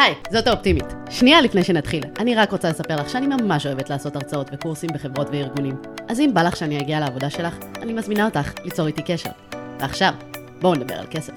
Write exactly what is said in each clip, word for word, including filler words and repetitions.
היי, זאת האופטימית. שנייה לפני שנתחיל, אני רק רוצה לספר לך שאני ממש אוהבת לעשות הרצאות וקורסים בחברות וארגונים. אז אם בא לך שאני אגיע לעבודה שלך, אני מזמינה אותך ליצור איתי קשר. ועכשיו, בואו נדבר על כסף.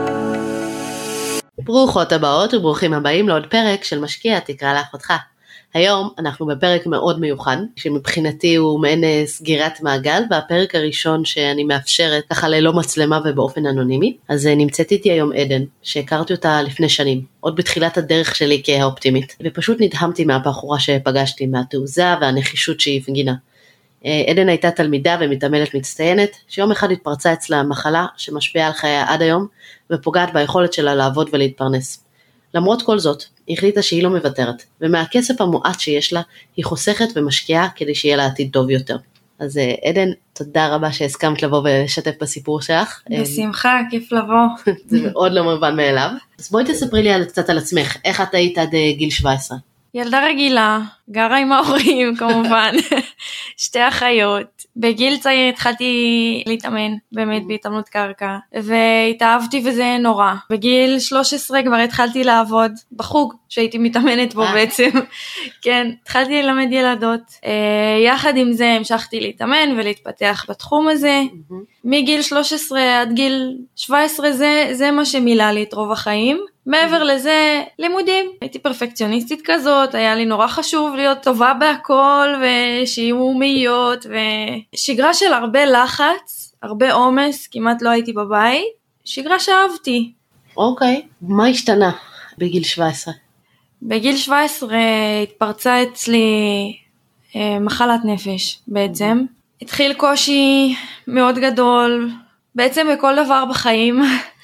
ברוכות הבאות וברוכים הבאים לעוד פרק של משקיע תקרא לאחותך. היום אנחנו בפרק מאוד מיוחד, שמבחינתי הוא מעין סגירת מעגל, והפרק הראשון שאני מאפשרת ככה ללא מצלמה ובאופן אנונימי. אז נמצאת איתי היום עדן, שהכרתי אותה לפני שנים, עוד בתחילת הדרך שלי כאופטימית, ופשוט נדהמתי מהבחורה שפגשתי, מהתעוזה והנחישות שהיא הפגינה. עדן הייתה תלמידה ומתעמלת מצטיינת, שיום אחד התפרצה אצלה מחלה שמשפיעה על חייה עד היום, ופוגעת ביכולת שלה לעבוד ולהתפרנס. למרות כל זאת, היא החליטה שהיא לא מוותרת, ומהכסף המועט שיש לה, היא חוסכת ומשקיעה כדי שיהיה לה עתיד טוב יותר. אז עדן, תודה רבה שהסכמת לבוא ולשתף בסיפור שלך. בשמחה, כיף לבוא. זה מאוד לא מובן מאליו. אז בואי תספרי לי קצת על עצמך, איך את היית עד גיל שבע עשרה? ילדה רגילה, גרה עם ההורים כמובן, שתי אחיות. בגיל צעיר התחלתי להתאמן, באמת בהתאמנות קרקע, והתאהבתי וזה נורא. בגיל שלוש עשרה כבר התחלתי לעבוד בחוג שהייתי מתאמנת בו בעצם. כן, התחלתי ללמד ילדות. יחד עם זה המשכתי להתאמן ולהתפתח בתחום הזה. מגיל שלוש עשרה עד גיל שבע עשרה זה, זה מה שמילא לי את רוב החיים. מעבר לזה, לימודים. הייתי פרפקציוניסטית כזאת, היה לי נורא חשוב להיות טובה בהכל, ושיהיו מאיות, ושגרה של הרבה לחץ, הרבה עומס, כמעט לא הייתי בבית, שגרה שאהבתי. אוקיי, מה השתנה בגיל שבע עשרה? בגיל שבע עשרה התפרצה אצלי אה, מחלת נפש בעצם. התחיל קושי מאוד גדול, בעצם בכל דבר בחיים,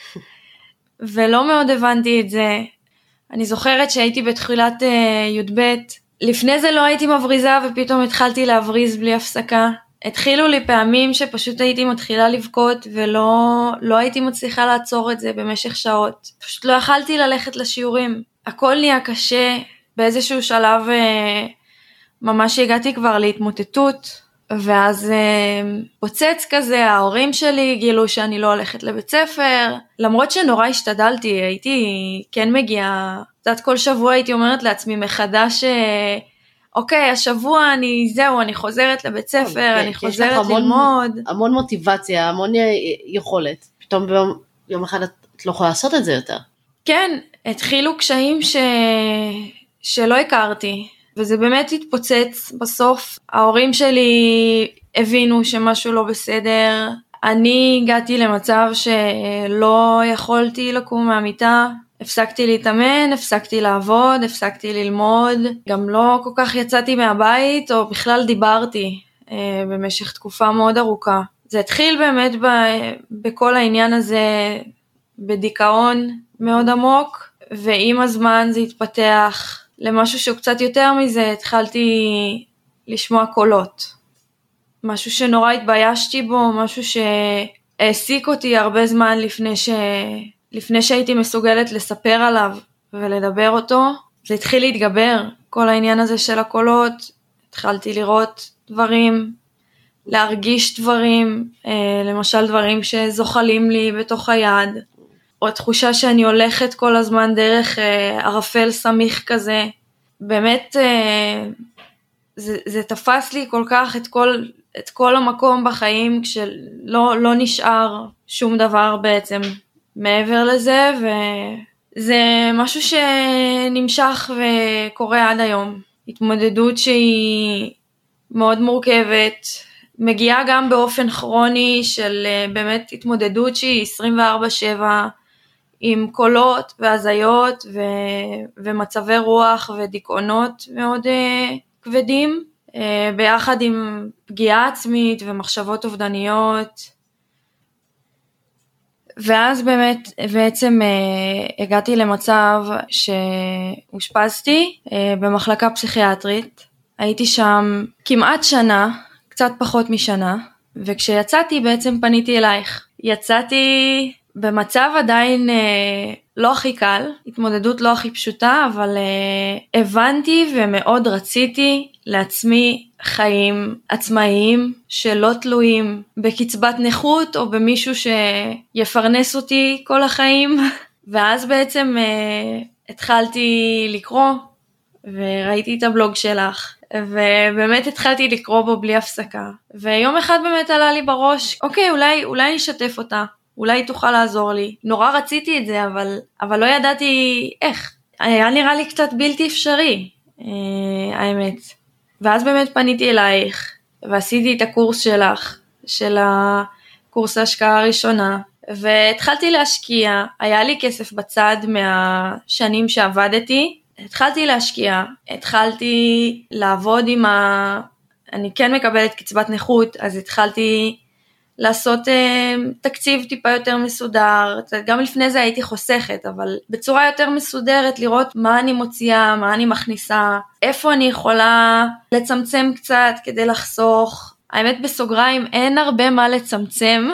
ולא מאוד הבנתי את זה. אני זוכרת שהייתי בתחילת uh, י"ב, לפני זה לא הייתי מבריזה ופתאום התחלתי להבריז בלי הפסקה. התחילו לי פעמים שפשוט הייתי מתחילה לבכות ולא לא הייתי מצליחה לעצור את זה במשך שעות. פשוט לא יכלתי ללכת לשיעורים. הכל נהיה קשה, באיזשהו שלב uh, ממש הגעתי כבר להתמוטטות. ואז אה, פוצץ כזה, ההורים שלי גילו שאני לא הולכת לבית ספר, למרות שנורא השתדלתי, הייתי כן מגיעה, קצת כל שבוע הייתי אומרת לעצמי מחדש, אה, אוקיי, השבוע אני, זהו, אני חוזרת לבית ספר, אני חוזרת המון, ללמוד. המון מוטיבציה, המון יכולת, פתאום ביום יום אחד את לא יכולה לעשות את זה יותר. כן, התחילו קשיים ש... שלא הכרתי. וזה באמת התפוצץ בסוף. ההורים שלי הבינו שמשהו לא בסדר. אני הגעתי למצב שלא יכולתי לקום מהמיטה. הפסקתי להתאמן, הפסקתי לעבוד, הפסקתי ללמוד. גם לא כל כך יצאתי מהבית או בכלל דיברתי אה, במשך תקופה מאוד ארוכה. זה התחיל באמת ב, בכל העניין הזה בדיכאון מאוד עמוק, ועם הזמן זה התפתח למשהו שהוא קצת יותר מזה. התחלתי לשמוע קולות, משהו שנורא התביישתי בו, משהו שהעסיק אותי הרבה זמן לפני, ש... לפני שהייתי מסוגלת לספר עליו ולדבר אותו. זה התחיל להתגבר, כל העניין הזה של הקולות. התחלתי לראות דברים, להרגיש דברים, למשל דברים שזוחלים לי בתוך היד, או תחושה שאני הולכת כל הזמן דרך אה, ערפל סמיך כזה. באמת אה, זה, זה תפס לי כל כך את כל, את כל המקום בחיים, כשלא לא נשאר שום דבר בעצם מעבר לזה, וזה משהו שנמשך וקורה עד היום. התמודדות שהיא מאוד מורכבת, מגיעה גם באופן כרוני של אה, באמת התמודדות שהיא עשרים וארבע שבע, עם קולות והזיות ו... ומצבי רוח ודיכאונות מאוד uh, כבדים, uh, ביחד עם פגיעה עצמית ומחשבות אובדניות. ואז באמת בעצם uh, הגעתי למצב שהושפזתי uh, במחלקה פסיכיאטרית. הייתי שם כמעט שנה, קצת פחות משנה, וכשיצאתי בעצם פניתי אלייך. יצאתי במצב עדיין אה, לא הכי קל, התמודדות לא הכי פשוטה, אבל אה, הבנתי ומאוד רציתי לעצמי חיים עצמאיים שלא תלויים בקצבת נכות או במישהו שיפרנס אותי כל החיים. ואז בעצם אה, התחלתי לקרוא, וראיתי את הבלוג שלך, ובאמת התחלתי לקרוא בו בלי הפסקה, ויום אחד באמת עלה לי בראש, אוקיי, אולי, אולי אני אשתף אותה, אולי היא תוכל לעזור לי. נורא רציתי את זה, אבל, אבל לא ידעתי איך. היה נראה לי קצת בלתי אפשרי, האמת. ואז באמת פניתי אלייך, ועשיתי את הקורס שלך, של הקורס ההשקעה הראשונה, והתחלתי להשקיע, היה לי כסף בצד מהשנים שעבדתי, התחלתי להשקיע, התחלתי לעבוד עם ה... אני כן מקבלת קצבת נכות, אז התחלתי לעשות uh, תקציב טיפה יותר מסודר, גם לפני זה הייתי חוסכת, אבל בצורה יותר מסודרת, לראות מה אני מוציאה, מה אני מכניסה, איפה אני יכולה לצמצם קצת כדי לחסוך. האמת בסוגריים, אין הרבה מה לצמצם,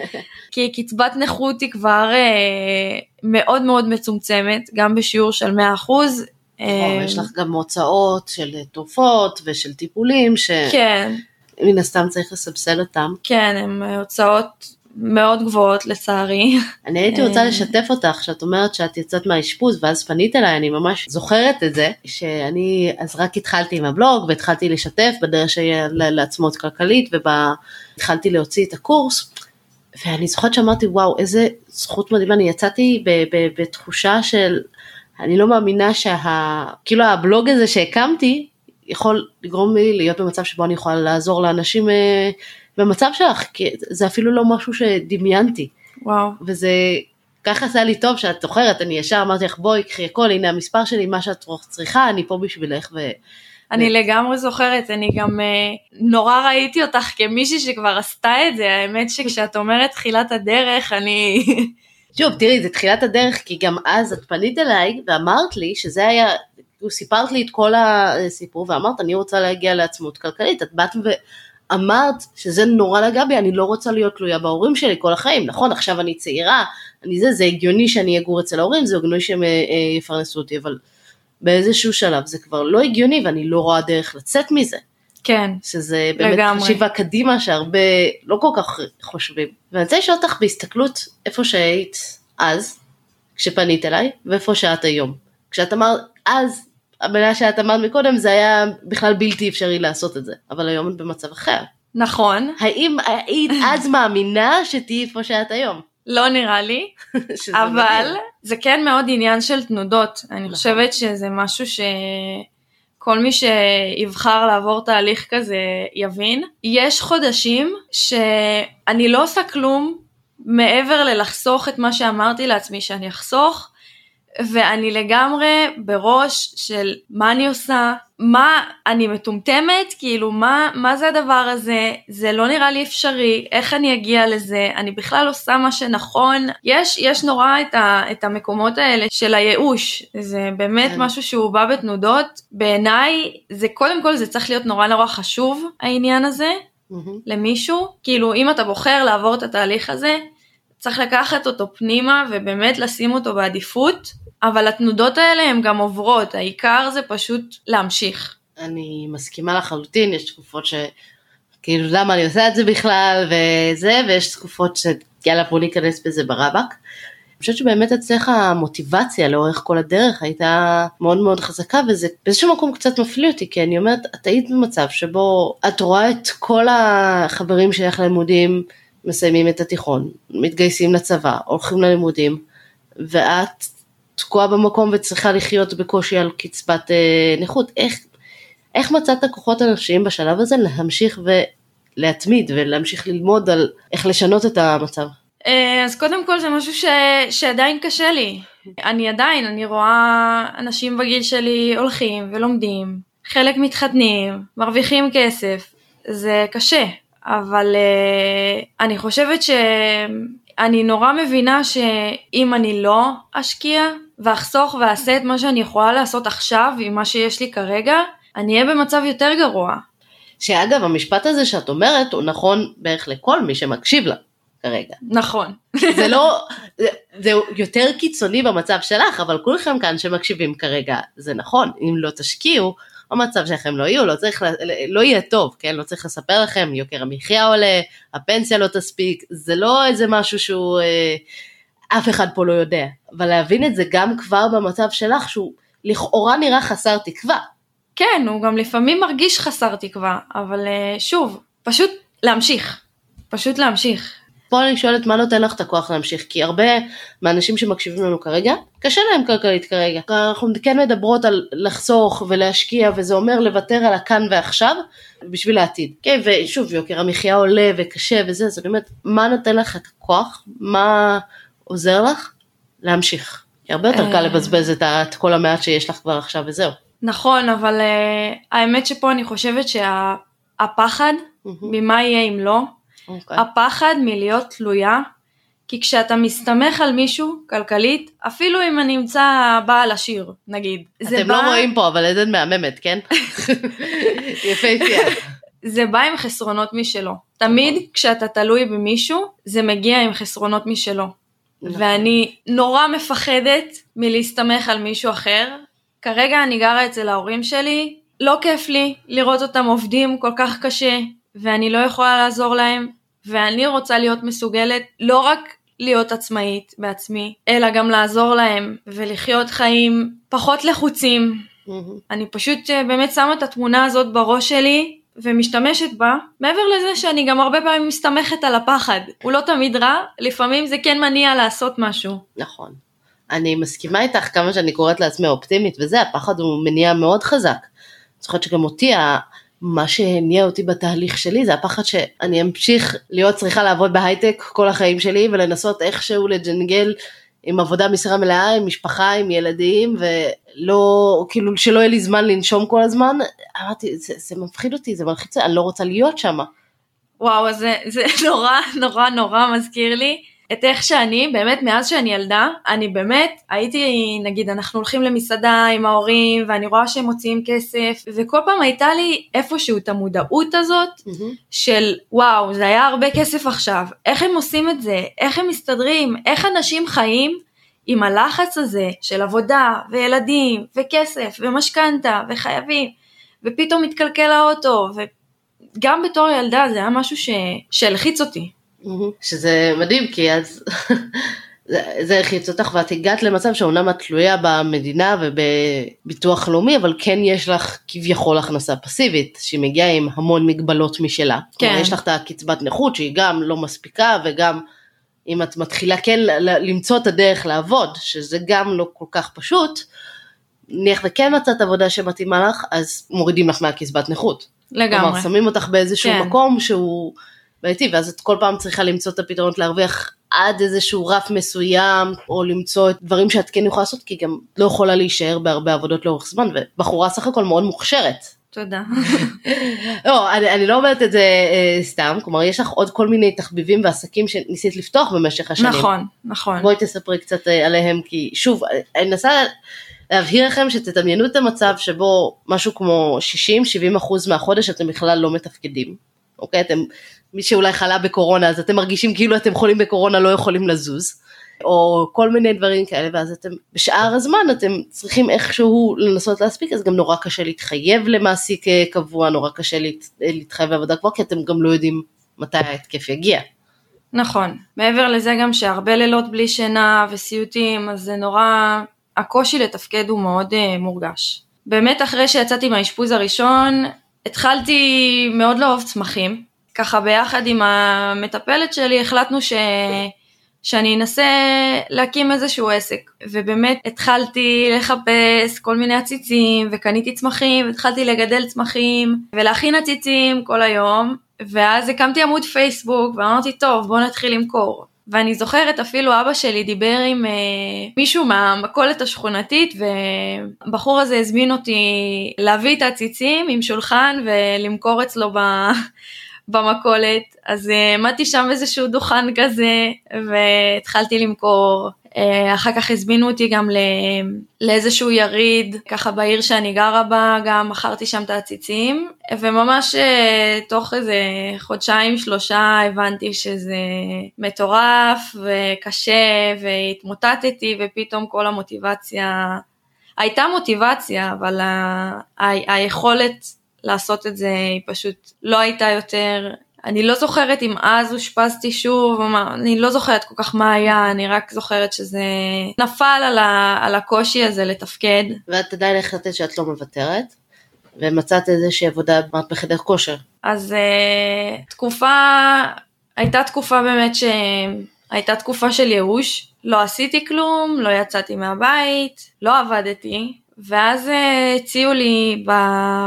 כי קצבת נכות היא כבר uh, מאוד מאוד מצומצמת, גם בשיעור של מאה אחוז. יש לך גם הוצאות של תרופות ושל טיפולים, ש... כן. מן הסתם צריך לסבסד אותם. כן, הן הוצאות מאוד גבוהות לצערי. אני הייתי רוצה לשתף אותך, שאת אומרת שאת יצאת מהאשפוז, ואז פנית אליי, אני ממש זוכרת את זה, שאני אז רק התחלתי עם הבלוג, והתחלתי לשתף בדרך שהיה לעצמאות כלכלית, והתחלתי להוציא את הקורס, ואני זוכרת שאמרתי, וואו, איזה זכות מדהימה, אני יצאתי בתחושה של, אני לא מאמינה שה, כאילו הבלוג הזה שהקמתי, יכול לגרום לי להיות במצב שבו אני יכולה לעזור לאנשים אה, במצב שלך, כי זה אפילו לא משהו שדמיינתי. וואו. וזה, ככה עשה לי טוב שאת זוכרת, אני ישר אמרתי לך, בואי, קחי הכל, הנה המספר שלי, מה שאת צריכה, אני פה בשבילך. ו... אני ו... לגמרי זוכרת, אני גם אה, נורא ראיתי אותך כמישהי שכבר עשתה את זה, האמת שכשאת אומרת תחילת הדרך, אני... שוב, תראי, זה תחילת הדרך, כי גם אז את פנית אליי, ואמרת לי שזה היה... סיפרת לי את כל הסיפור ואמרת, אני רוצה להגיע לעצמאות כלכלית, את באת ואמרת שזה נורא לגבי, אני לא רוצה להיות תלויה בהורים שלי כל החיים, נכון, עכשיו אני צעירה, אני זה, זה הגיוני שאני אגור אצל ההורים, זה הגיוני שהם יפרנסו אותי, אבל באיזשהו שלב זה כבר לא הגיוני, ואני לא רואה דרך לצאת מזה. כן, שזה באמת לגמרי. חשיבה קדימה, שהרבה לא כל כך חושבים. ואני רוצה לשאול אותך בהסתכלות, איפה שהיית אז, כשפנית אליי, ואיפה שאת היום. כשאת אמרת, אז, המילה שאת אמרת מקודם, זה היה בכלל בלתי אפשרי לעשות את זה, אבל היום את במצב אחר. נכון. האם היית אז מאמינה שתהי איפה שאת היום? לא נראה לי, אבל מדהים. זה כן מאוד עניין של תנודות, אני נכון. חושבת שזה משהו שכל מי שיבחר לעבור תהליך כזה יבין. יש חודשים שאני לא עושה כלום, מעבר ללחסוך את מה שאמרתי לעצמי שאני אחסוך, ואני לגמרי בראש של מה אני עושה, מה אני מטומטמת, כאילו מה, מה זה הדבר הזה, זה לא נראה לי אפשרי, איך אני אגיע לזה, אני בכלל עושה מה שנכון, יש, יש נורא את, ה, את המקומות האלה של הייאוש, זה באמת כן. משהו שהוא בא בתנודות, בעיניי זה קודם כל זה צריך להיות נורא נורא חשוב העניין הזה, mm-hmm. למישהו, כאילו אם אתה בוחר לעבור את התהליך הזה, צריך לקחת אותו פנימה ובאמת לשים אותו בעדיפות, אבל התנודות האלה הן גם עוברות, העיקר זה פשוט להמשיך. אני מסכימה לחלוטין, יש תקופות ש... כאילו למה אני עושה את זה בכלל וזה, ויש תקופות שיאללה בוא ניכנס בזה ברבק. אני חושבת שבאמת אצלך המוטיבציה לאורך כל הדרך הייתה מאוד מאוד חזקה, וזה באיזשהו מקום קצת מפליא אותי, כי אני אומרת, את היית במצב שבו את רואה את כל החברים שלך ללימודים, מסיימים את התיכון, מתגייסים לצבא, הולכים ללימודים, ואת תקועה במקום וצריכה לחיות בקושי על קצבת אה, נכות. איך, איך מצאת כוחות אנושיים בשלב הזה להמשיך ולהתמיד ולהמשיך ללמוד על איך לשנות את המצב? אז קודם כל זה משהו ש... שעדיין קשה לי. אני עדיין, אני רואה אנשים בגיל שלי הולכים ולומדים, חלק מתחתנים, מרוויחים כסף, זה קשה. אבל uh, אני חושבת שאני נורא מבינה שאם אני לא אשקיע ואחסוך ואעשה את מה שאני יכולה לעשות עכשיו עם מה שיש לי כרגע, אני אהיה במצב יותר גרוע. שאגב, המשפט הזה שאת אומרת הוא נכון בערך לכל מי שמקשיב לה כרגע. נכון. זה לא, זה, זה יותר קיצוני במצב שלך, אבל כולכם כאן שמקשיבים כרגע, זה נכון, אם לא תשקיעו, המצב שלכם לא יהיו, לא צריך, לא יהיה טוב, כן? לא צריך לספר לכם, יוקר המחיה עולה, הפנסיה לא תספיק, זה לא איזה משהו שהוא, אף אחד פה לא יודע, אבל להבין את זה גם כבר במצב שלך, שהוא לכאורה נראה חסר תקווה. כן, הוא גם לפעמים מרגיש חסר תקווה, אבל שוב, פשוט להמשיך, פשוט להמשיך. פה אני שואלת מה נותן לך את הכוח להמשיך, כי הרבה מהאנשים שמקשיבים לנו כרגע, קשה להם כלכלית כרגע. אנחנו כן מדברות על לחסוך ולהשקיע, וזה אומר לוותר על הכאן ועכשיו, בשביל העתיד. כן, ושוב, יוקר המחיה עולה וקשה וזה, אז אני אומרת, מה נותן לך את הכוח? מה עוזר לך? להמשיך. כי הרבה יותר קל לבזבז את כל המעט שיש לך כבר עכשיו וזהו. נכון, אבל האמת שפה אני חושבת שהפחד, ממה יהיה אם לא, Okay. הפחד מלהיות תלויה, כי כשאתה מסתמך על מישהו כלכלית, אפילו אם אני אמצא בעל עשיר, נגיד. אתם בא... לא רואים פה, אבל עדן מהממת, כן? יפה יפה. זה בא עם חסרונות משלו. תמיד כשאתה תלוי במישהו, זה מגיע עם חסרונות משלו. ואני נורא מפחדת מלהסתמך על מישהו אחר. כרגע אני גרה אצל ההורים שלי, לא כיף לי לראות אותם עובדים כל כך קשה, ואני לא יכולה לעזור להם, ואני רוצה להיות מסוגלת לא רק להיות עצמאית בעצמי, אלא גם לעזור להם ולחיות חיים פחות לחוצים. Mm-hmm. אני פשוט באמת שמה את התמונה הזאת בראש שלי ומשתמשת בה, מעבר לזה שאני גם הרבה פעמים מסתמכת על הפחד. הוא לא תמיד רע, לפעמים זה כן מניע לעשות משהו. נכון. אני מסכימה איתך כמה שאני קוראת לעצמי אופטימית, וזה, הפחד הוא מניע מאוד חזק. אני זוכרת שגם אותי, מה שהניע אותי בתהליך שלי, זה הפחד שאני אמשיך להיות צריכה לעבוד בהייטק כל החיים שלי, ולנסות איכשהו לג'נגל עם עבודה משרה מלאה, עם משפחה, עם ילדים, ולא, כאילו שלא יהיה לי זמן לנשום כל הזמן. אמרתי, זה, זה מפחיד אותי, זה מלחיץ, אני לא רוצה להיות שם. וואו, זה, זה נורא, נורא, נורא מזכיר לי. את איך שאני, באמת מאז שאני ילדה, אני באמת הייתי, נגיד, אנחנו הולכים למסעדה עם ההורים, ואני רואה שהם מוציאים כסף, וכל פעם הייתה לי איפשהו את המודעות הזאת, mm-hmm. של וואו, זה היה הרבה כסף עכשיו, איך הם עושים את זה, איך הם מסתדרים, איך אנשים חיים עם הלחץ הזה של עבודה, וילדים, וכסף, ומשכנתה, וחייבים, ופתאום מתקלקל האוטו, וגם בתור ילדה זה היה משהו ש... שהלחיץ אותי. שזה מדהים, כי אז זה הרחיץ אותך, ואת הגעת למצב שאומנם את תלויה במדינה ובביטוח לאומי, אבל כן יש לך כביכול הכנסה פסיבית, שהיא מגיעה עם המון מגבלות משלה. כן. יש לך את הקצבת נכות, שהיא גם לא מספיקה, וגם אם את מתחילה כן למצוא את הדרך לעבוד, שזה גם לא כל כך פשוט, נניח וכן מצאת עבודה שמתאימה לך, אז מורידים לך מהקצבת נכות. לגמרי. כלומר, שמים אותך באיזשהו כן. מקום שהוא... בעייתי, ואז את כל פעם צריכה למצוא את הפתרונות להרוויח עד איזשהו רף מסוים, או למצוא את דברים שאת כן יכולה לעשות, כי גם לא יכולה להישאר בהרבה עבודות לאורך זמן, ובחורה סך הכל מאוד מוכשרת. תודה. לא, אני, אני לא אומרת את זה אה, סתם, כלומר יש לך עוד כל מיני תחביבים ועסקים שניסית לפתוח במשך השנים. נכון, נכון. בואי תספרי קצת אה, עליהם, כי שוב, אני נסה להבהיר לכם שתתעניינו את המצב שבו משהו כמו שישים עד שבעים אחוז מהחודש אתם בכלל לא מתפקדים. אוקיי, אתם... מי שאולי חלה בקורונה, אז אתם מרגישים כאילו אתם חולים בקורונה, לא יכולים לזוז, או כל מיני דברים כאלה, ואז אתם, בשאר הזמן, אתם צריכים איכשהו לנסות להספיק, אז גם נורא קשה להתחייב למעסיק קבוע, נורא קשה להת, להתחייב בעבודה קבוע, כי אתם גם לא יודעים מתי ההתקף יגיע. נכון, מעבר לזה גם שהרבה לילות בלי שינה וסיוטים, אז זה נורא, הקושי לתפקד הוא מאוד uh, מורגש. באמת אחרי שיצאתי מהאשפוז הראשון, התחלתי מאוד לאהוב צמחים, ככה ביחד עם המטפלת שלי החלטנו ש... שאני אנסה להקים איזשהו עסק, ובאמת התחלתי לחפש כל מיני עציצים, וקניתי צמחים, והתחלתי לגדל צמחים, ולהכין עציצים כל היום, ואז הקמתי עמוד פייסבוק, ואמרתי טוב בוא נתחיל למכור, ואני זוכרת אפילו אבא שלי דיבר עם אה, מישהו מהמכולת השכונתית, ובחור הזה הזמין אותי להביא את העציצים עם שולחן, ולמכור אצלו ב... במכולת, אז עמדתי שם איזשהו דוכן כזה, והתחלתי למכור, אחר כך הזמינו אותי גם לאיזשהו יריד, ככה בעיר שאני גרה בה, גם מכרתי שם את העציצים, וממש תוך איזה חודשיים שלושה הבנתי שזה מטורף וקשה, והתמוטטתי, ופתאום כל המוטיבציה, הייתה מוטיבציה, אבל ה- ה- היכולת לעשות את זה היא פשוט לא הייתה יותר, אני לא זוכרת אם אז הושפזתי שוב, אני לא זוכרת כל כך מה היה, אני רק זוכרת שזה נפל על, ה, על הקושי הזה לתפקד. ואת עדיין החלטת שאת לא מוותרת, ומצאת איזושהי עבודה בחדר כושר. אז uh, תקופה, הייתה תקופה באמת שהייתה תקופה של ייאוש, לא עשיתי כלום, לא יצאתי מהבית, לא עבדתי, ואז uh, הציעו לי ב,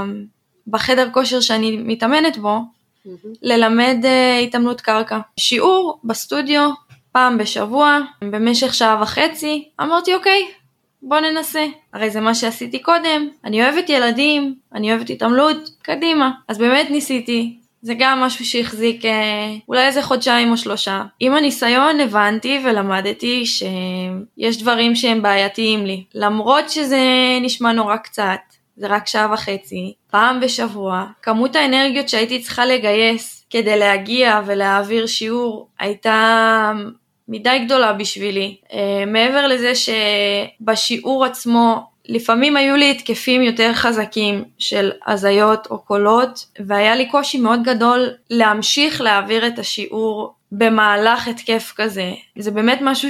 בחדר כושר שאני מתאמנת בו, mm-hmm. ללמד uh, התאמנות קרקע. שיעור בסטודיו, פעם בשבוע, במשך שעה וחצי, אמרתי אוקיי, בוא ננסה, הרי זה מה שעשיתי קודם, אני אוהבת ילדים, אני אוהבת התעמלות, קדימה. אז באמת ניסיתי, זה גם משהו שהחזיק אה, אולי איזה חודשיים או שלושה. עם הניסיון הבנתי ולמדתי שיש דברים שהם בעייתיים לי, למרות שזה נשמע נורא קצת, זה רק שעה וחצי, פעם בשבוע, כמות האנרגיות שהייתי צריכה לגייס כדי להגיע ולהעביר שיעור הייתה מדי גדולה בשבילי. Uh, מעבר לזה שבשיעור עצמו, לפעמים היו לי התקפים יותר חזקים של הזיות או קולות, והיה לי קושי מאוד גדול להמשיך להעביר את השיעור במהלך התקף כזה. זה באמת משהו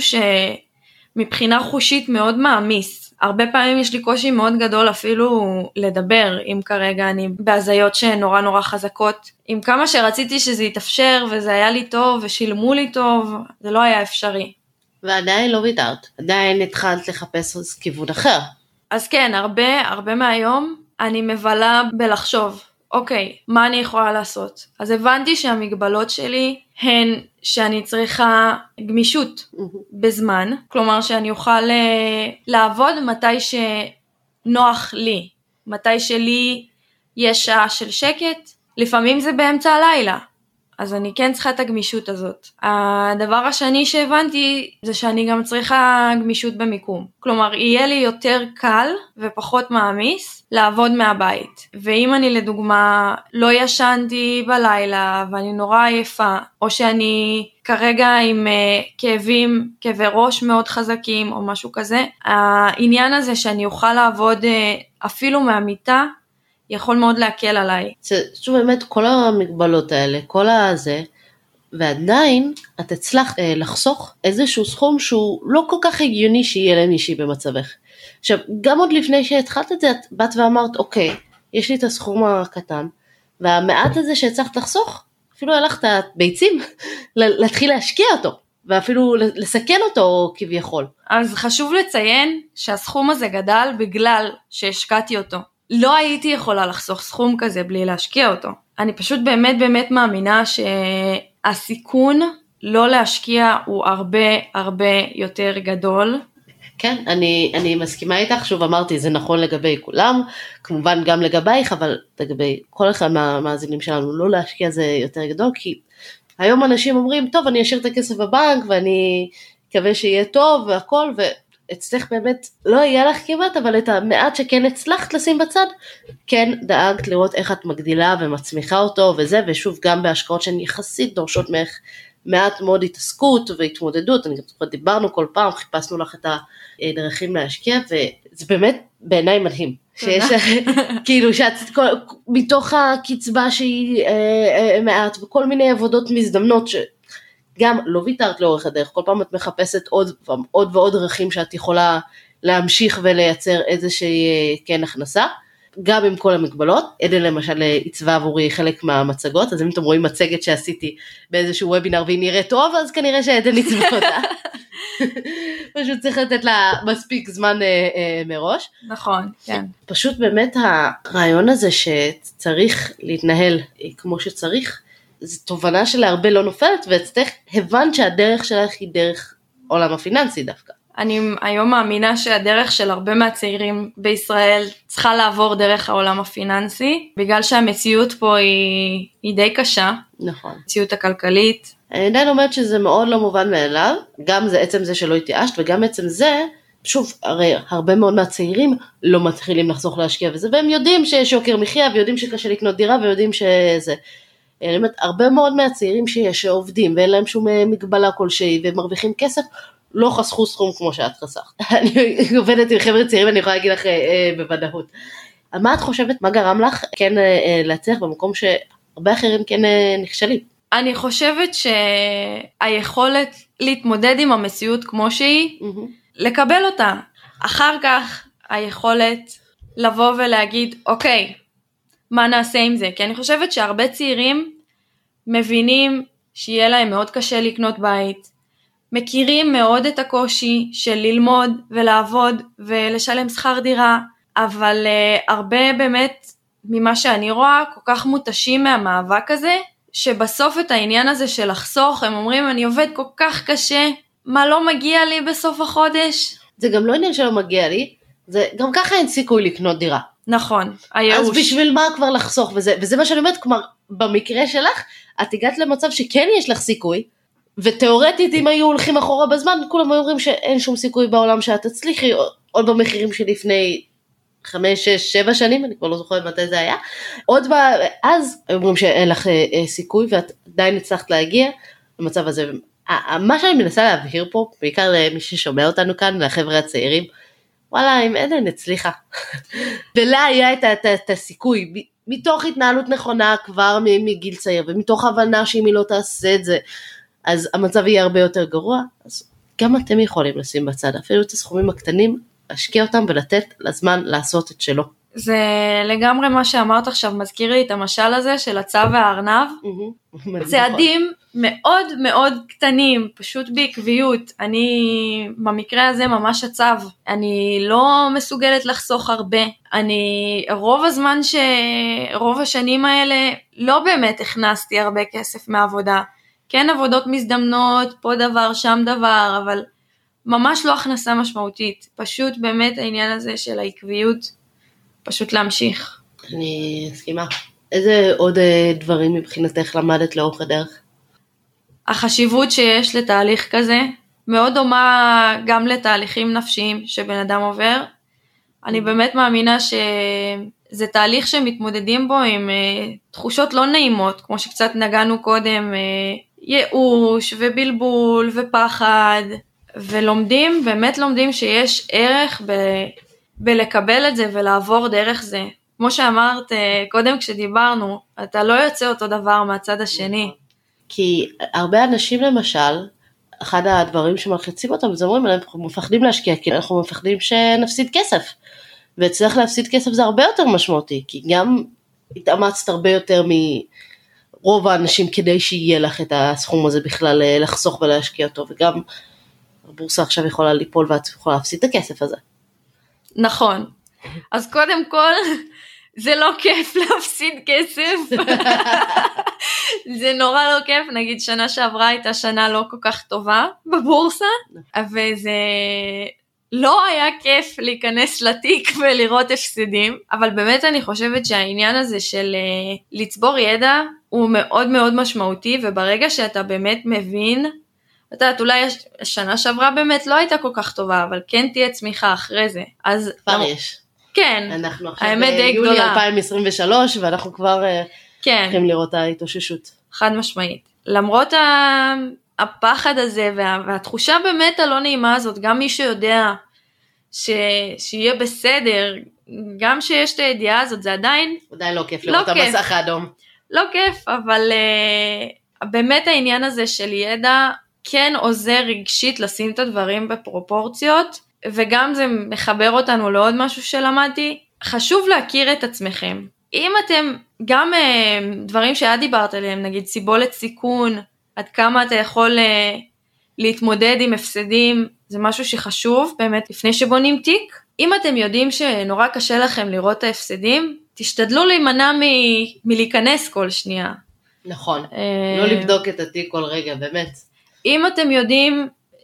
שמבחינה חושית מאוד מעמיס. הרבה פעמים יש לי קושי מאוד גדול אפילו לדבר, אם כרגע אני בהזיות שהן נורא נורא חזקות. עם כמה שרציתי שזה יתאפשר וזה היה לי טוב ושילמו לי טוב, זה לא היה אפשרי. ועדיין לא ויתרת, עדיין התחלת לחפש כיוון אחר. אז כן, הרבה, הרבה מהיום אני מבלה בלחשוב, אוקיי, מה אני יכולה לעשות? אז הבנתי שהמגבלות שלי הן שאני צריכה גמישות בזמן, כלומר שאני אוכל לעבוד מתי שנוח לי, מתי שלי יש שעה של שקט, לפעמים זה באמצע הלילה, אז אני כן צריכה את הגמישות הזאת. הדבר השני שהבנתי זה שאני גם צריכה גמישות במיקום. כלומר, יהיה לי יותר קל ופחות מעמיס לעבוד מהבית. ואם אני לדוגמה לא ישנתי בלילה ואני נורא עייפה, או שאני כרגע עם uh, כאבים, כאבי ראש מאוד חזקים או משהו כזה, העניין הזה שאני אוכל לעבוד uh, אפילו מהמיטה, יכול מאוד להקל עליי. זה שוב באמת כל המגבלות האלה, כל הזה, ועדיין את הצלחת אה, לחסוך איזשהו סכום שהוא לא כל כך הגיוני שיהיה למישהי במצבך. עכשיו, גם עוד לפני שהתחלת את זה, את באת ואמרת, אוקיי, יש לי את הסכום הקטן, והמעט הזה שהצלחת לחסוך, אפילו הלכת ביצים, להתחיל להשקיע אותו, ואפילו לסכן אותו כביכול. אז חשוב לציין שהסכום הזה גדל בגלל שהשקעתי אותו. לא הייתי יכולה לחסוך סכום כזה בלי להשקיע אותו. אני פשוט באמת באמת מאמינה שהסיכון לא להשקיע הוא הרבה הרבה יותר גדול. כן, אני, אני מסכימה איתך, שוב אמרתי, זה נכון לגבי כולם, כמובן גם לגבייך, אבל לגבי כל אחד מהמאזינים שלנו, לא להשקיע זה יותר גדול, כי היום אנשים אומרים, טוב, אני אשאיר את הכסף בבנק, ואני מקווה שיהיה טוב והכל, ו... אצלך באמת לא יהיה לך כמעט, אבל את המעט שכן הצלחת לשים בצד, כן דאגת לראות איך את מגדילה ומצמיחה אותו וזה, ושוב גם בהשקעות שהן יחסית דורשות ממך מעט מאוד התעסקות והתמודדות, אני גם זוכרת, דיברנו כל פעם, חיפשנו לך את הדרכים להשקיע, וזה באמת בעיניי מדהים, שיש כאילו שאת מתוך הקצבה שהיא מעט, וכל מיני עבודות מזדמנות ש... גם לא ויתרת לאורך הדרך, כל פעם את מחפשת עוד, עוד ועוד דרכים שאת יכולה להמשיך ולייצר איזושהי כן הכנסה, גם עם כל המגבלות. עדן למשל עיצבה עבורי חלק מהמצגות, אז אם אתם רואים מצגת שעשיתי באיזשהו וובינר והיא נראית טוב, אז כנראה שעדן עיצבה אותה. פשוט צריך לתת לה מספיק זמן אה, אה, מראש. נכון, כן. פשוט באמת הרעיון הזה שצריך להתנהל כמו שצריך, זו תובנה שלהרבה לא נופלת, ואצלך הבנת שהדרך שלך היא דרך עולם הפיננסי דווקא. אני היום מאמינה שהדרך של הרבה מהצעירים בישראל צריכה לעבור דרך העולם הפיננסי, בגלל שהמציאות פה היא, היא די קשה. נכון. המציאות הכלכלית. אני עדיין אומרת שזה מאוד לא מובן מאליו, גם זה עצם זה שלא התייאשת, וגם עצם זה, שוב, הרי הרבה מאוד מהצעירים לא מתחילים לחסוך להשקיע וזה, והם יודעים שיש יוקר מחיה, ויודעים שקשה לקנות דירה, ויודעים שזה... אני אומרת, הרבה מאוד מהצעירים שיש שעובדים, ואין להם שום מגבלה כלשהי, ומרוויחים כסף, לא חסכו סכום כמו שאת חסכת. אני עובדת עם חבר'ה צעירים, אני יכולה להגיד לך בוודאות. מה את חושבת, מה גרם לך כן להצליח במקום שהרבה אחרים כן נכשלים? אני חושבת שהיכולת להתמודד עם המציאות כמו שהיא, mm-hmm. לקבל אותה. אחר כך היכולת לבוא ולהגיד, אוקיי, מה נעשה עם זה? כי אני חושבת שהרבה צעירים מבינים שיהיה להם מאוד קשה לקנות בית, מכירים מאוד את הקושי של ללמוד ולעבוד ולשלם שכר דירה, אבל uh, הרבה באמת ממה שאני רואה כל כך מותשים מהמאבק הזה, שבסוף את העניין הזה של לחסוך, הם אומרים אני עובד כל כך קשה, מה לא מגיע לי בסוף החודש? זה גם לא עניין שלא מגיע לי, זה גם ככה אין סיכוי לקנות דירה. נכון, הייאוש. אז בשביל מה כבר לחסוך, וזה, וזה מה שאני אומרת, כלומר, במקרה שלך, את הגעת למצב שכן יש לך סיכוי, ותיאורטית אם היו הולכים אחורה בזמן, כולם היו אומרים שאין שום סיכוי בעולם שאת תצליחי, עוד במחירים שלפני חמש, שש, שבע שנים, אני כבר לא זוכרת מתי זה היה, עוד בה, אז אומרים שאין לך אה, אה, סיכוי, ואת עדיין הצלחת להגיע למצב הזה. מה שאני מנסה להבהיר פה, בעיקר למי ששומע אותנו כאן, לחבר'ה הצעירים, וואלה, אם עדן הצליחה. ולה היה את, את, את הסיכוי, מתוך התנהלות נכונה כבר מגיל צעיר, ומתוך הבנה שאם היא לא תעשה את זה, אז המצב יהיה הרבה יותר גרוע, אז גם אתם יכולים לשים בצד, אפילו את הסכומים הקטנים, להשקיע אותם ולתת לזמן לעשות את שלו. זה לגמרי מה שאמרת עכשיו, מזכיר לי את המשל הזה של הצב והארנב, צעדים מאוד מאוד קטנים, פשוט בעקביות, אני במקרה הזה ממש הצב, אני לא מסוגלת לחסוך הרבה, אני רוב הזמן ש... רוב השנים האלה לא באמת הכנסתי הרבה כסף מהעבודה, כן עבודות מזדמנות, פה דבר, שם דבר, אבל ממש לא הכנסה משמעותית, פשוט באמת העניין הזה של העקביות, פשוט להמשיך. אני מסכימה. איזה עוד דברים מבחינתך למדת לאורך הדרך? החשיבות שיש לתהליך כזה, מאוד דומה גם לתהליכים נפשיים שבן אדם עובר. אני באמת מאמינה שזה תהליך שמתמודדים בו עם תחושות לא נעימות, כמו שקצת נגענו קודם, ייאוש ובלבול ופחד, ולומדים, באמת לומדים שיש ערך ב... בלקבל את זה ולעבור דרך זה. כמו שאמרת קודם כשדיברנו, אתה לא יוצא אותו דבר מהצד השני. כי הרבה אנשים למשל, אחד הדברים שמלחיצים אותם, זה אומרים, אנחנו מפחדים להשקיע, כי אנחנו מפחדים שנפסיד כסף. וצריך להפסיד כסף זה הרבה יותר משמעותי, כי גם התאמצת הרבה יותר מרוב האנשים כדי שיהיה לך את הסכום הזה בכלל לחסוך ולהשקיע אותו, וגם הבורסה עכשיו יכולה ליפול ואת יכולה להפסיד את הכסף הזה. נכון, אז קודם כל זה לא כיף להפסיד כסף, זה נורא לא כיף, נגיד שנה שעברה הייתה שנה לא כל כך טובה בבורסה, וזה לא היה כיף להיכנס לתיק ולראות הפסדים, אבל באמת אני חושבת שהעניין הזה של לצבור ידע הוא מאוד מאוד משמעותי, וברגע שאתה באמת מבין, אתה יודעת, אולי השנה שעברה באמת לא הייתה כל כך טובה, אבל כן תהיה צמיחה אחרי זה. אז כבר יש. כן, אנחנו עכשיו ביולי אלפיים עשרים ושלוש, ואנחנו כבר צריכים לראות ההתאוששות. חד משמעית. למרות הפחד הזה, והתחושה באמת הלא נעימה הזאת, גם מי שיודע שיהיה בסדר, גם שיש את הידיעה הזאת, זה עדיין... עדיין לא כיף לראות המסך האדום. לא כיף, אבל באמת העניין הזה של ידע, כן עוזר רגשית לשים את הדברים בפרופורציות, וגם זה מחבר אותנו לעוד משהו שלמדתי, חשוב להכיר את עצמכם. אם אתם, גם דברים שאת דיברת עליהם, נגיד סיבולת סיכון, עד כמה אתה יכול להתמודד עם הפסדים, זה משהו שחשוב באמת לפני שבונים תיק. אם אתם יודעים שנורא קשה לכם לראות את ההפסדים, תשתדלו להימנע מ- מלהיכנס כל שנייה. נכון, לא לבדוק את התיק כל רגע, באמת. אם אתם יודעים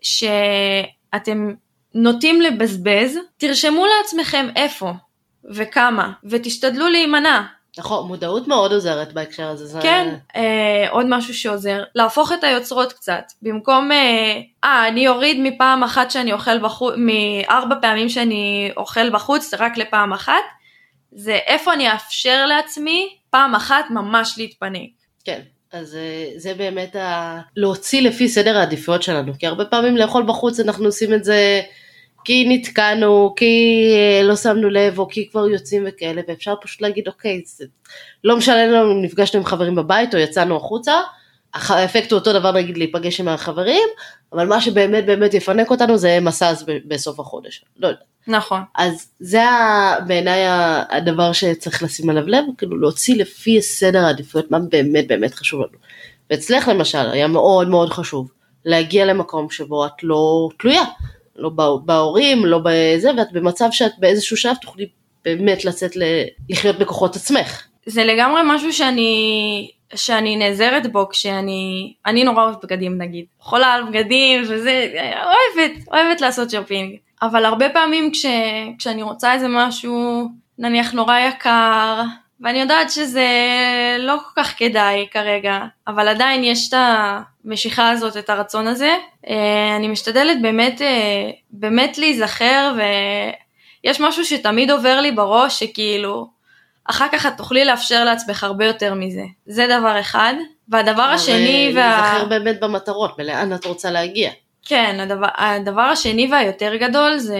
שאתם נוטים לבזבז, תרשמו לעצמכם איפה וכמה, ותשתדלו להימנע. נכון, מודעות מאוד עוזרת בהקשר הזה. כן, אה, עוד משהו שעוזר, להפוך את היוצרות קצת, במקום, אה, אה אני אוריד מפעם אחת שאני אוכל בחוץ, מארבע פעמים שאני אוכל בחוץ, רק לפעם אחת, זה איפה אני אאפשר לעצמי, פעם אחת ממש להתפנק. כן. אז זה באמת ה... להוציא לפי סדר העדיפויות שלנו, כי הרבה פעמים לאכול בחוץ אנחנו עושים את זה כי נתקענו, כי לא שמנו לב, או כי כבר יוצאים וכאלה, ואפשר פשוט להגיד, אוקיי, זה לא משנה לנו אם נפגשנו עם חברים בבית, או יצאנו החוצה, האפקט הוא אותו דבר, נגיד להיפגש עם החברים, אבל מה שבאמת באמת יפנק אותנו זה מסע בסוף החודש, לא יודע. נכון. אז זה בעיניי הדבר שצריך לשים עליו לב, כאילו להוציא לפי סדר העדיפויות, מה באמת באמת חשוב לנו. ואצלך למשל, היה מאוד מאוד חשוב, להגיע למקום שבו את לא תלויה, לא בהורים, לא בזה, ואת במצב שאת באיזשהו שלב תוכלי באמת לצאת לחיות בכוחות עצמך. זה לגמרי משהו שאני, שאני נעזרת בו, כשאני, אני נורא אוהבת בגדים נגיד, חולה על בגדים וזה, אוהבת, אוהבת לעשות שופינג. אבל הרבה פעמים כש, כשאני רוצה איזה משהו, נניח נורא יקר, ואני יודעת שזה לא כל כך כדאי כרגע, אבל עדיין יש את המשיכה הזאת, את הרצון הזה, אני משתדלת באמת, באמת להיזכר, ויש משהו שתמיד עובר לי בראש, שכאילו, אחר כך את תוכלי לאפשר לעצמך הרבה יותר מזה. זה דבר אחד, והדבר השני, להיזכר באמת במטרות, ולאן את רוצה להגיע. כן, הדבר, הדבר השני והיותר גדול זה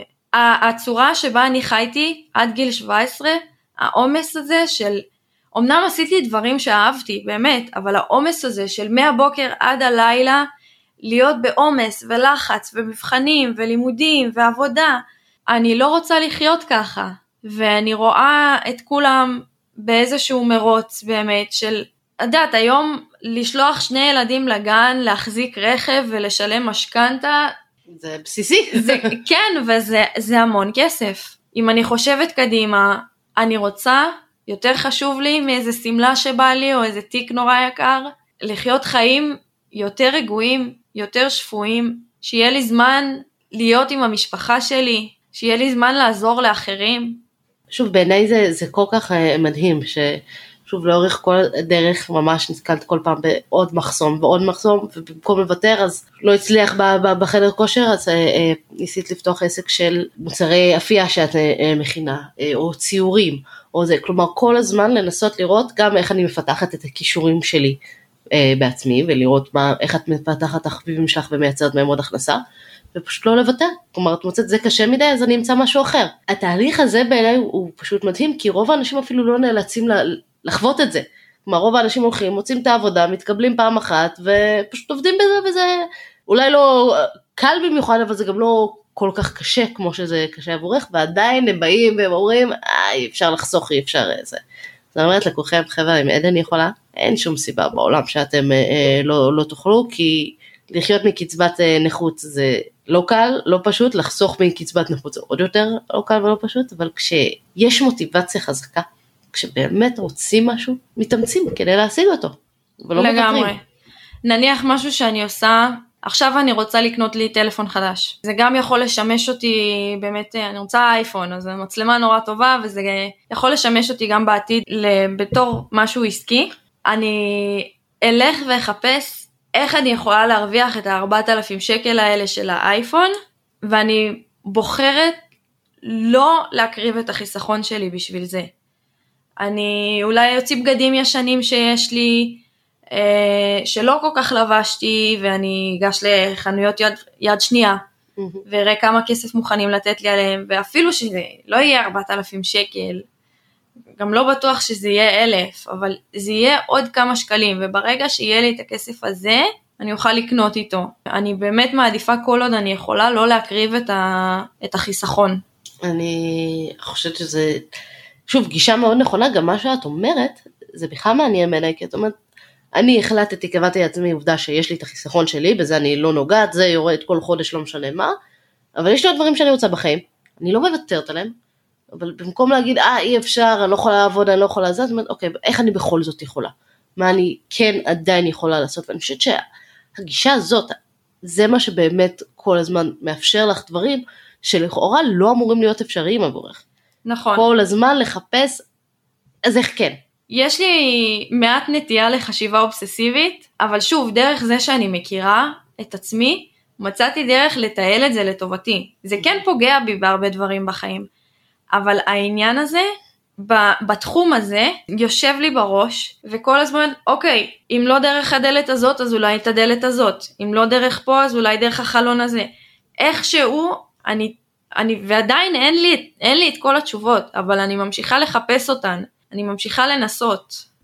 הצורה שבה אני חייתי עד גיל שבע עשרה, העומס הזה של, אמנם עשיתי דברים שאהבתי, באמת, אבל העומס הזה של מהבוקר עד הלילה, להיות בעומס ולחץ ומבחנים ולימודים ועבודה, אני לא רוצה לחיות ככה, ואני רואה את כולם באיזשהו מרוץ באמת של, יודעת, היום לשלוח שני ילדים לגן, להחזיק רכב ולשלם משכנתה, זה בסיסי. זה, כן, וזה זה המון כסף. אם אני חושבת קדימה, אני רוצה, יותר חשוב לי מאיזה סמלה שבא לי, או איזה תיק נורא יקר, לחיות חיים יותר רגועים, יותר שפויים, שיהיה לי זמן להיות עם המשפחה שלי, שיהיה לי זמן לעזור לאחרים. שוב, בעיניי זה, זה כל כך מדהים, ששוב, לאורך כל דרך ממש נתקלת כל פעם בעוד מחסום, ועוד מחסום, ובמקום לוותר, אז לא הצליח בחדר כושר, אז ניסית לפתוח עסק של מוצרי אפייה שאת מכינה, או ציורים, או זה, כלומר, כל הזמן לנסות לראות גם איך אני מפתחת את הכישורים שלי בעצמי, ולראות מה, איך את מפתחת החביבים שלך ומייצרת מהם עוד הכנסה, ופשוט לא לוותר. כלומר, את מוצאת זה קשה מדי, אז אני אמצא משהו אחר. התהליך הזה בעיניי הוא פשוט מדהים, כי רוב האנשים אפילו לא נאלצים לחוות את זה. כלומר, רוב האנשים הולכים, מוצאים את העבודה, מתקבלים פעם אחת, ופשוט עובדים בזה, וזה אולי לא קל במיוחד, אבל זה גם לא כל כך קשה, כמו שזה קשה עבורך, ועדיין הם באים והם אומרים, אה, אי אפשר לחסוך, אי אפשר זה. זאת אומרת, לכולכם, חבר'ה, אם עדן יכולה, אין שום סיבה בעולם שאתם אה, לא, לא תוכלו, כי לחיות מקצבת נכות זה לא קל, לא פשוט, לחסוך מקצבת נכות זה עוד יותר לא קל ולא פשוט, אבל כשיש מוטיבציה חזקה, כשבאמת רוצים משהו, מתאמצים כדי להשיג אותו, ולא לגמרי. מבטרים. נניח משהו שאני עושה, עכשיו אני רוצה לקנות לי טלפון חדש, זה גם יכול לשמש אותי, באמת אני רוצה אייפון, אז מצלמה נורא טובה, וזה יכול לשמש אותי גם בעתיד, בתור משהו עסקי, אני אלך ואחפש, איך אני יכולה להרוויח את ה-ארבעת אלפים שקל האלה של האייפון, ואני בוחרת לא להקריב את החיסכון שלי בשביל זה. אני אולי יוציא בגדים ישנים שיש לי, שלא כל כך לבשתי, ואני אגש לחנויות יד, יד שנייה, וראה כמה כסף מוכנים לתת לי עליהם, ואפילו שזה לא יהיה ארבעת אלפים שקל, גם לא בטוח שזה יהיה אלף, אבל זה יהיה עוד כמה שקלים, וברגע שיהיה לי את הכסף הזה, אני אוכל לקנות איתו. אני באמת מעדיפה כל עוד אני יכולה לא להקריב את, ה... את החיסכון. אני חושבת שזה, שוב, גישה מאוד נכונה, גם מה שאת אומרת, זה בכלל מעניין בעיניי, כי את אומרת, אני החלטתי, קבעתי לעצמי עובדה שיש לי את החיסכון שלי, בזה אני לא נוגעת, זה יורד כל חודש, לא משנה מה, אבל יש לי עוד דברים שאני רוצה בחיים, אני לא מוותרת עליהם, אבל במקום להגיד, אה, אי אפשר, אני לא יכולה לעבוד, אני לא יכולה לזה, זאת אומרת, אוקיי, איך אני בכל זאת יכולה? מה אני כן עדיין יכולה לעשות? ואני חושבת שהגישה הזאת, זה מה שבאמת כל הזמן מאפשר לך דברים, שלכאורה לא אמורים להיות אפשריים עבורך. נכון. כל הזמן לחפש, אז איך כן? יש לי מעט נטייה לחשיבה אובססיבית, אבל שוב, דרך זה שאני מכירה את עצמי, מצאתי דרך לתעל את זה לטובתי. זה כן פוגע בי בהרבה דברים בחיים. אבל העניין הזה, בתחום הזה, יושב לי בראש, וכל הזמן, אוקיי, אם לא דרך הדלת הזאת, אז אולי את הדלת הזאת. אם לא דרך פה, אז אולי דרך החלון הזה. איכשהו, אני, אני, ועדיין אין לי, אין לי את כל התשובות, אבל אני ממשיכה לחפש אותן. אני ממשיכה לנסות.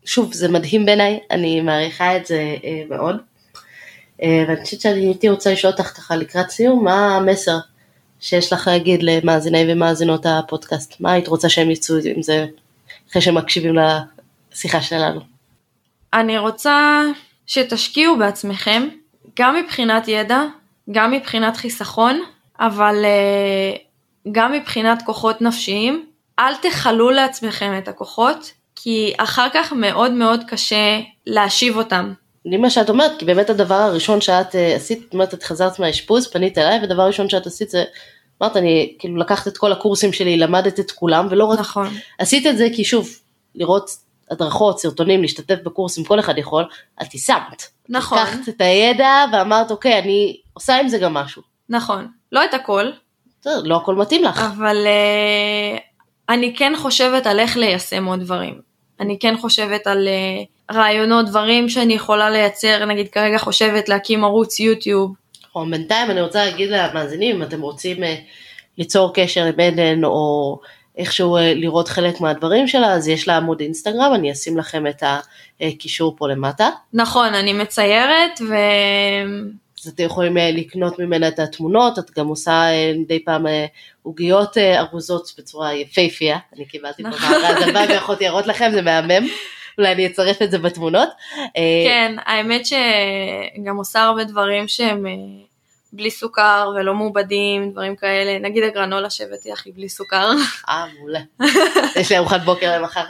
שוב, זה מדהים בעיניי, אני מעריכה את זה מאוד, ואני חושבת שאני הייתי רוצה לשאול אותך ככה לקראת סיום, מה המסר שיש לך להגיד למאזיני ומאזינות הפודקאסט, מה היית רוצה שהם יצאו עם זה, אחרי שהם מקשיבים לשיחה שלנו? אני רוצה שתשקיעו בעצמכם, גם מבחינת ידע, גם מבחינת חיסכון, אבל גם מבחינת כוחות נפשיים, אל תחלו לעצמכם את הכוחות, כי אחר כך מאוד מאוד קשה להשיב אותם. אני מה שאת אומרת, כי באמת הדבר הראשון שאת עשית, זאת אומרת, את חזרת מהאשפוז, פנית אליי, ודבר הראשון שאת עשית זה, אמרת, אני כאילו לקחת את כל הקורסים שלי, למדת את כולם, ולא רק, נכון. עשית את זה כי שוב, לראות הדרכות, סרטונים, להשתתף בקורסים, כל אחד יכול, את תישמת. נכון. לקחת את הידע, ואמרת, אוקיי, אני עושה עם זה גם משהו. נכון. לא את הכל. טוב, לא הכל מתאים לך. אבל uh, אני כן חושבת על איך ליישם עוד דברים. אני כן חושבת על uh, רעיונות, דברים שאני יכולה לייצר, נגיד כרגע חושבת להקים ערוץ יוטיוב. או בינתיים אני רוצה להגיד למאזינים, אם אתם רוצים uh, ליצור קשר עם עדן, או איכשהו uh, לראות חלק מהדברים שלה, אז יש לה עמוד אינסטגרם, אני אשים לכם את הקישור פה למטה. נכון, אני מציירת ו... אז אתם יכולים לקנות ממנה את התמונות, את גם עושה די פעם עוגיות ארוזות בצורה יפהפייה, אני קיבלתי פה מהרז הבא ויכולתי להראות לכם, זה מהמם, אולי אני אצרף את זה בתמונות. כן, האמת שגם עושה הרבה דברים שהם בלי סוכר ולא מעובדים, דברים כאלה, נגיד הגרנולה שהבאתי הכי בלי סוכר. אה, מעולה, יש לי ארוחת בוקר למחר.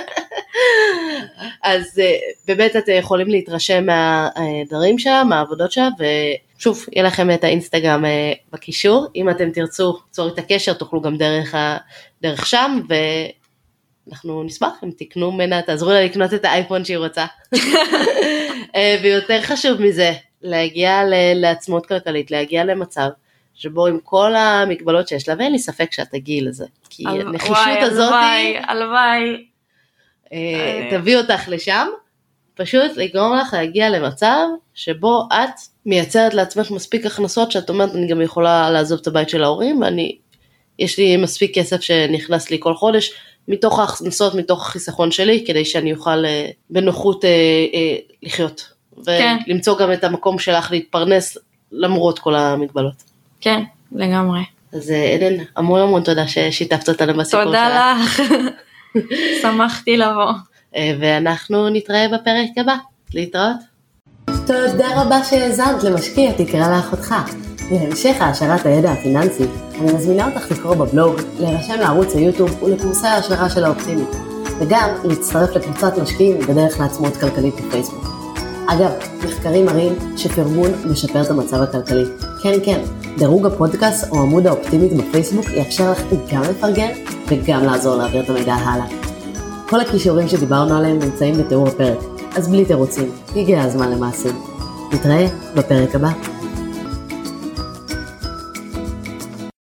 אז באמת אתם יכולים להתרשם מהדברים שלה, מהעבודות שלה, ושוב, יהיה לכם את האינסטגרם בקישור, אם אתם תרצו ליצור את הקשר, תוכלו גם דרך, דרך שם, ואנחנו נשמח אם תקנו ממנה, תעזרו לה לקנות את האייפון שהיא רוצה. ויותר חשוב מזה, להגיע לעצמאות כלכלית, להגיע למצב, שבו עם כל המגבלות שיש לה, ואין לי ספק שאת תגיעי לזה, כי הנחישות הזאת, הלוואי, הלוואי, תביא אותך לשם, פשוט לגרום לך להגיע למצב שבו את מייצרת לעצמך מספיק הכנסות, שאת אומרת אני גם יכולה לעזוב את הבית של ההורים, ואני, יש לי מספיק כסף שנכנס לי כל חודש, מתוך ההכנסות, מתוך החיסכון שלי, כדי שאני אוכל בנוחות לחיות, ולמצוא גם את המקום שלך להתפרנס, למרות כל המגבלות. כן, לגמרי. אז עדן, המון המון תודה ששיתפת אותנו בסיפור שלך. תודה לך. שמחתי לבוא. ואנחנו נתראה בפרק הבא. להתראות. תודה רבה שהאזנת למשקיע תקרא לאחותך. להמשך העשרת הידע הפיננסי, אני מזמינה אותך לקרוא בבלוג, להירשם לערוץ היוטיוב ולקורסי ההשערה של האופטימית, וגם להצטרף לקבוצת משקיעים בדרך לעצמאות כלכלית בפייסבוק. אגב, מחקרים מראים שפרגון משפר את המצב הכלכלי. כן, כן, דירוג הפודקאסט או עמוד האופטימית בפייסבוק יאפשר לך גם לפרגן וגם לעזור להעביר את המידע הלאה. כל הכישורים שדיברנו עליהם נמצאים בתיאור הפרק, אז בלי תירוצים, הגיע הזמן למעשים. נתראה בפרק הבא.